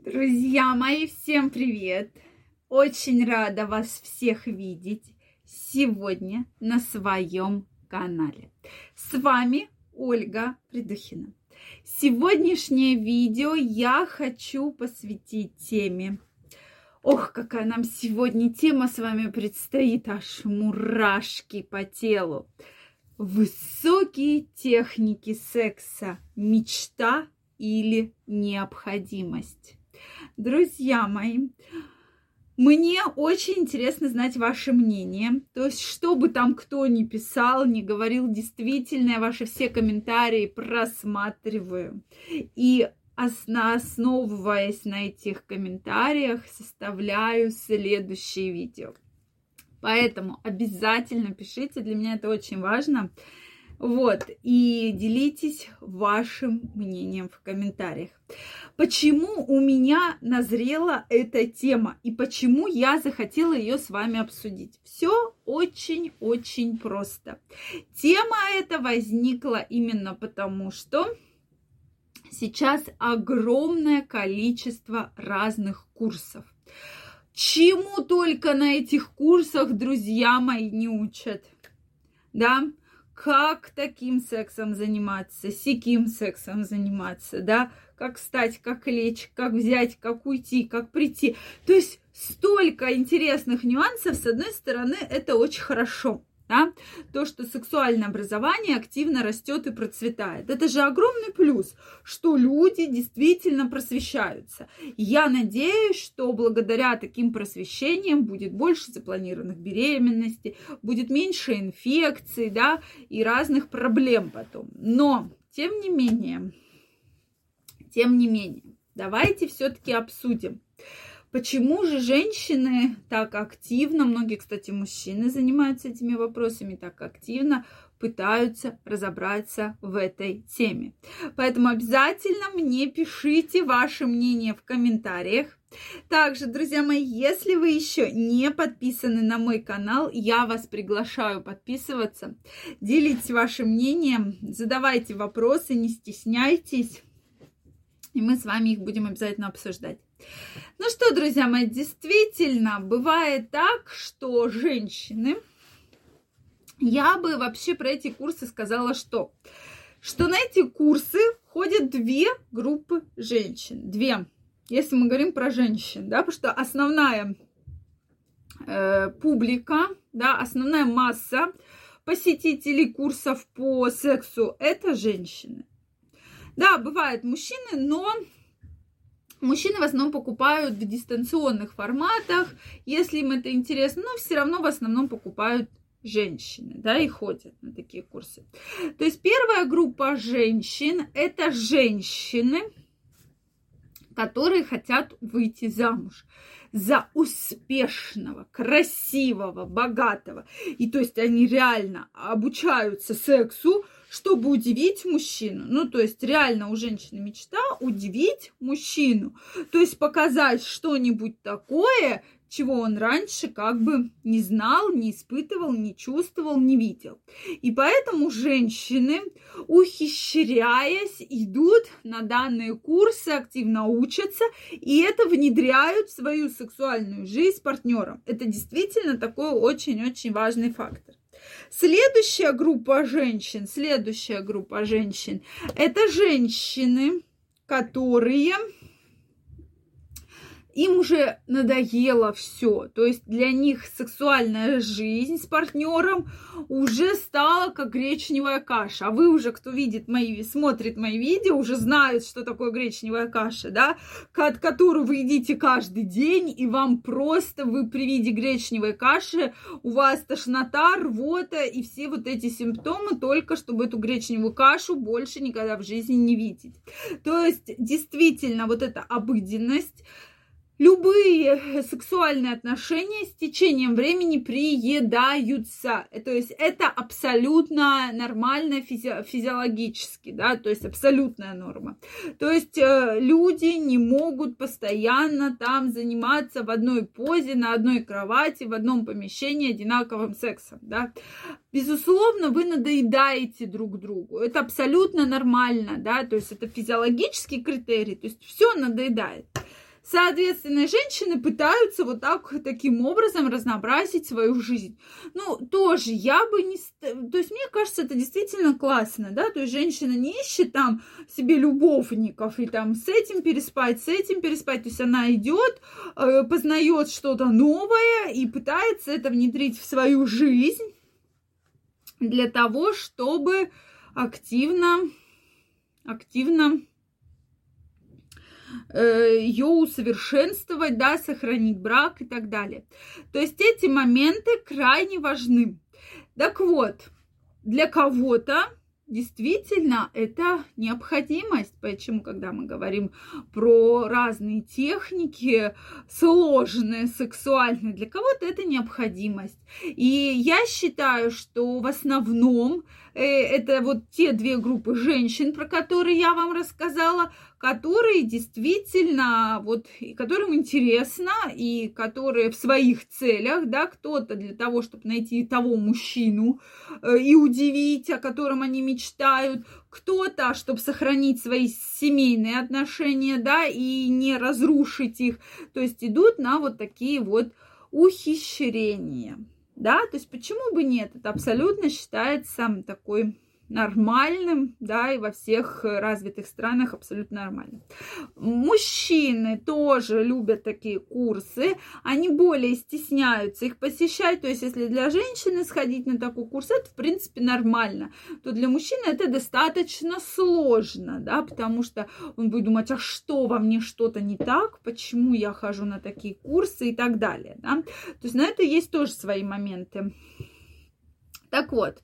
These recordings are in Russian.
Друзья мои, всем привет! Очень рада вас всех видеть сегодня на своем канале. С вами Ольга Придухина. Сегодняшнее видео я хочу посвятить теме. Ох, какая нам сегодня тема с вами предстоит, аж мурашки по телу. Высокие техники секса. Мечта или необходимость? Друзья мои, мне очень интересно знать ваше мнение. То есть, что бы там кто ни писал, ни говорил, действительно, я ваши все комментарии просматриваю. И основываясь на этих комментариях, составляю следующее видео. Поэтому обязательно пишите, для меня это очень важно. Вот, и делитесь вашим мнением в комментариях. Почему у меня назрела эта тема и почему я захотела ее с вами обсудить? Все очень-очень просто. Тема эта возникла именно потому, что сейчас огромное количество разных курсов. Чему только на этих курсах, друзья мои, не учат, да? Как таким сексом заниматься, сяким сексом заниматься, да, как встать, как лечь, как взять, как уйти, как прийти. То есть столько интересных нюансов. С одной стороны, это очень хорошо, да, то, что сексуальное образование активно растет и процветает. Это же огромный плюс, что люди действительно просвещаются. Я надеюсь, что благодаря таким просвещениям будет больше запланированных беременностей, будет меньше инфекций, да, и разных проблем потом. Но, тем не менее, давайте все-таки обсудим. Почему же женщины так активно, многие, кстати, мужчины занимаются этими вопросами, так активно пытаются разобраться в этой теме? Поэтому обязательно мне пишите ваше мнение в комментариях. Также, друзья мои, если вы еще не подписаны на мой канал, я вас приглашаю подписываться. Делитесь вашим мнением, задавайте вопросы, не стесняйтесь. И мы с вами их будем обязательно обсуждать. Ну что, друзья мои, действительно, бывает так, что женщины... Я бы вообще про эти курсы сказала, что на эти курсы ходят две группы женщин. Две, если мы говорим про женщин, да, потому что основная публика, да, основная масса посетителей курсов по сексу – это женщины. Да, бывают мужчины, но мужчины в основном покупают в дистанционных форматах, если им это интересно, но все равно в основном покупают женщины, да, и ходят на такие курсы. То есть первая группа женщин – это женщины, которые хотят выйти замуж за успешного, красивого, богатого. И то есть они реально обучаются сексу, чтобы удивить мужчину. Ну, то есть реально у женщины мечта удивить мужчину. То есть показать что-нибудь такое, чего он раньше как бы не знал, не испытывал, не чувствовал, не видел. И поэтому женщины, ухищряясь, идут на данные курсы, активно учатся, и это внедряют в свою сексуальную жизнь с партнером. Это действительно такой очень-очень важный фактор. Следующая группа женщин, это женщины, которые... Им уже надоело все. То есть для них сексуальная жизнь с партнером уже стала как гречневая каша. А вы уже, кто смотрит мои видео, уже знают, что такое гречневая каша, да? От которой вы едите каждый день, и вам просто, вы при виде гречневой каши, у вас тошнота, рвота и все вот эти симптомы, только чтобы эту гречневую кашу больше никогда в жизни не видеть. То есть действительно вот эта обыденность, любые сексуальные отношения с течением времени приедаются. То есть это абсолютно нормально физиологически, да, то есть абсолютная норма. То есть люди не могут постоянно там заниматься в одной позе, на одной кровати, в одном помещении одинаковым сексом, да. Безусловно, вы надоедаете друг другу. Это абсолютно нормально, да, то есть это физиологический критерий, то есть все надоедает. Соответственно, женщины пытаются вот таким образом разнообразить свою жизнь. Ну, тоже я бы не... То есть, мне кажется, это действительно классно, да, то есть женщина не ищет там себе любовников и там с этим переспать, то есть она идет, познает что-то новое и пытается это внедрить в свою жизнь для того, чтобы активно ее усовершенствовать, да, сохранить брак и так далее. То есть эти моменты крайне важны. Так вот, для кого-то действительно это необходимость. Почему, когда мы говорим про разные техники, сложные, сексуальные, для кого-то это необходимость. И я считаю, что в основном это вот те две группы женщин, про которые я вам рассказала, которые действительно, вот, которым интересно и которые в своих целях, да, кто-то для того, чтобы найти того мужчину и удивить, о котором они мечтают, кто-то, чтобы сохранить свои семейные отношения, да, и не разрушить их, то есть идут на вот такие вот ухищрения, да, то есть почему бы нет, это абсолютно считается такой нормальным, да, и во всех развитых странах абсолютно нормально. Мужчины тоже любят такие курсы, они более стесняются их посещать, то есть если для женщины сходить на такой курс, это в принципе нормально, то для мужчины это достаточно сложно, да, потому что он будет думать, а что, во мне что-то не так, почему я хожу на такие курсы и так далее, да, то есть на это есть тоже свои моменты. Так вот,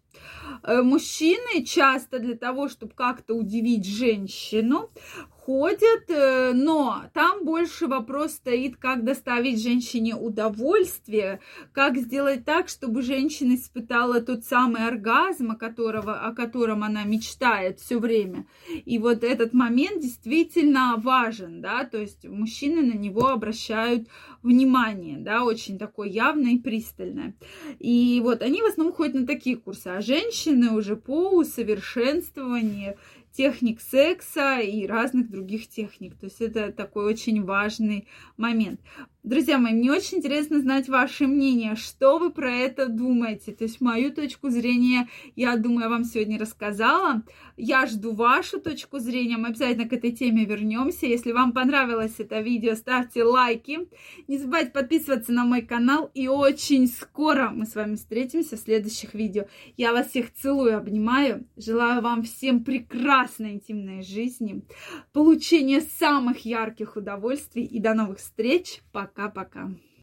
мужчины часто для того, чтобы как-то удивить женщину, ходят, но там больше вопрос стоит, как доставить женщине удовольствие, как сделать так, чтобы женщина испытала тот самый оргазм, о котором она мечтает все время. И вот этот момент действительно важен, да, то есть мужчины на него обращают внимание, да, очень такое явное и пристальное. И вот они в основном ходят на такие курсы, а женщины уже по усовершенствованию техник секса и разных других техник. То есть это такой очень важный момент. Друзья мои, мне очень интересно знать ваше мнение, что вы про это думаете. То есть мою точку зрения, я думаю, я вам сегодня рассказала. Я жду вашу точку зрения. Мы обязательно к этой теме вернемся. Если вам понравилось это видео, ставьте лайки. Не забывайте подписываться на мой канал. И очень скоро мы с вами встретимся в следующих видео. Я вас всех целую, обнимаю. Желаю вам всем прекрасной интимной жизни, получения самых ярких удовольствий. И до новых встреч. Пока-пока.